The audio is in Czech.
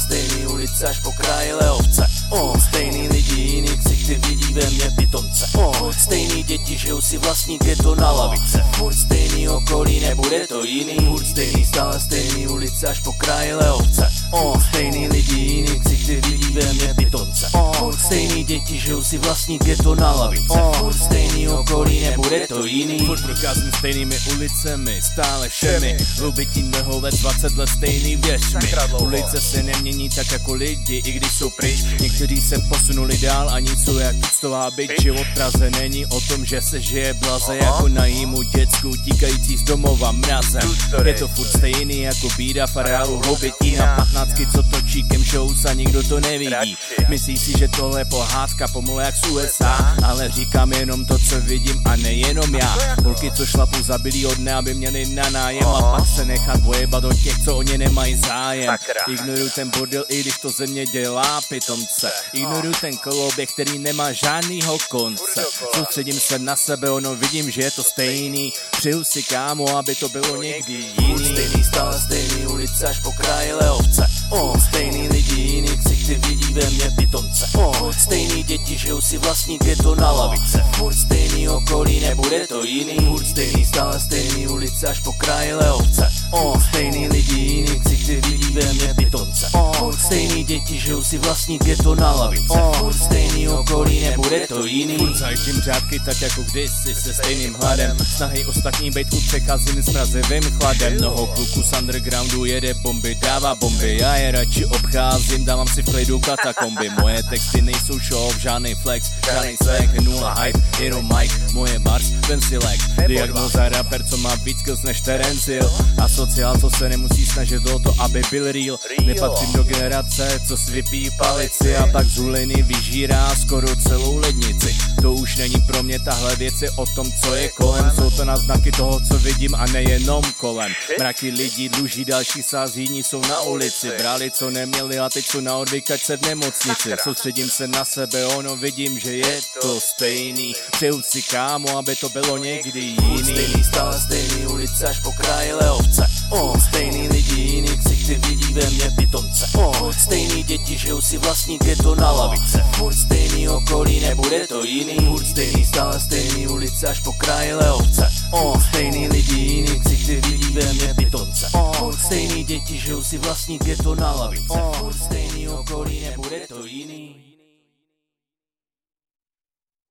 stejný ulice až po kraji Lehovce. Stejný lidi, jiný ksichty vidí ve mně pitomce. Stejný děti žijou si vlastní ghetto na lavice. Furt stejný okolí, nebude to jiný. Furt stejný, stále stejný ulice až po kraji Lehovce. Stejný lidi, jiný ksichty vidí ve mně pitomce. Furt stejný děti žijou si vlastní ghetto na lavice. Furt stejný okolí, nebude to jiný. Furt procházím stejnými ulicemi, stále všemi. Lubití Nehovec, 20 let stejný, věř mi. Ulice se nemění tak jako lidi, i když jsou pryč. Někteří se posunuli dál a nic jsou jak tuctová byť. Život v Praze není o tom, že se žije blaze jako na jímu děcku, tíkající z domova mrazem. Je to furt stejný jako bída v areálu Hloubětí na 15, co točí Cam Shows a nikdo to nevidí. Myslí si, že tohle je pohádka, pomole jak z USA, ale říkám jenom to, co vidím a nejenom já. Holky, co šlapu za bílýho dne, aby měli na nájem a pak se nechat vojebat od těch, co o ně nemají zájem. Ignoruj ten bordel, i když to země dělá pitomce. Ignoruj ten koloběh, který nemá žádnýho konce. Soustředím se na sebe, ono vidím, že je to stejný. Přeju si, kámo, aby to bylo někdy jiný. Stejný, stále stejný ulice až po kraji Lehovce. Stejný lidi, jiný ksichty vidí ve mně pitomce. Stejný děti žijou si vlastní ghetto na lavice. Furt stejný okolí, nebude to jiný. Furt stejný, stále stejný ulice až po kraji Lehovce. Stejný lidi, jiný ksichty vidí ve mně pitomce. Furt stejný děti žijou si vlastní ghetto na lavice. Furt stejný okolí, nebude to jiný. Furt zajíždím řádky tak jako kdysi se stejným hladem. Snahy ostatní bejtku přecházím s mrazivým chladem. Mnoho kluků z undergroundu jede bomby, dává bomby. Já je radši obcházím, dávám si v klidu katakomby. Moje texty nejsou show, žádnej flex, žádnej slang, nula hype, jenom mic, moje bars, ten si leg. Diagnoza rapper, co má víc skills než Terence Hill. A sociál, co se nemusí snažit o to, aby byl real. Nepatřím do generace, co si vypíjí palici a pak z huliny vyžírá skoro celou lednici. To už není pro mě, tahle věc je o tom, co je kolem. Jsou to náznaky toho, co vidím a nejenom kolem. Mraky lidí dluží, další sází, jiní jsou na ulici. Brali, co neměli a teď jsou na odvykačce v nemocnici. Soustředím se na sebe, ono vidím, že je to stejný. Přeju si, kámo, aby to bylo někdy jiný. Stejný, stále stejný ulice až po kraji Lehovce. Stejný lidi, jiný ksichty vidí ve mně pitomce. Stejný děti žijou si vlastní ghetto na lavice. Furt stejný okolí, nebude to jiný. Furt stejný, stále stejný ulice až po kraji Lehovce. Stejný lidi, jiný ksichty vidí ve mně pitomce. Furt stejný děti žijou si vlastní ghetto na lavice. Furt stejný okolí, nebude to jiný.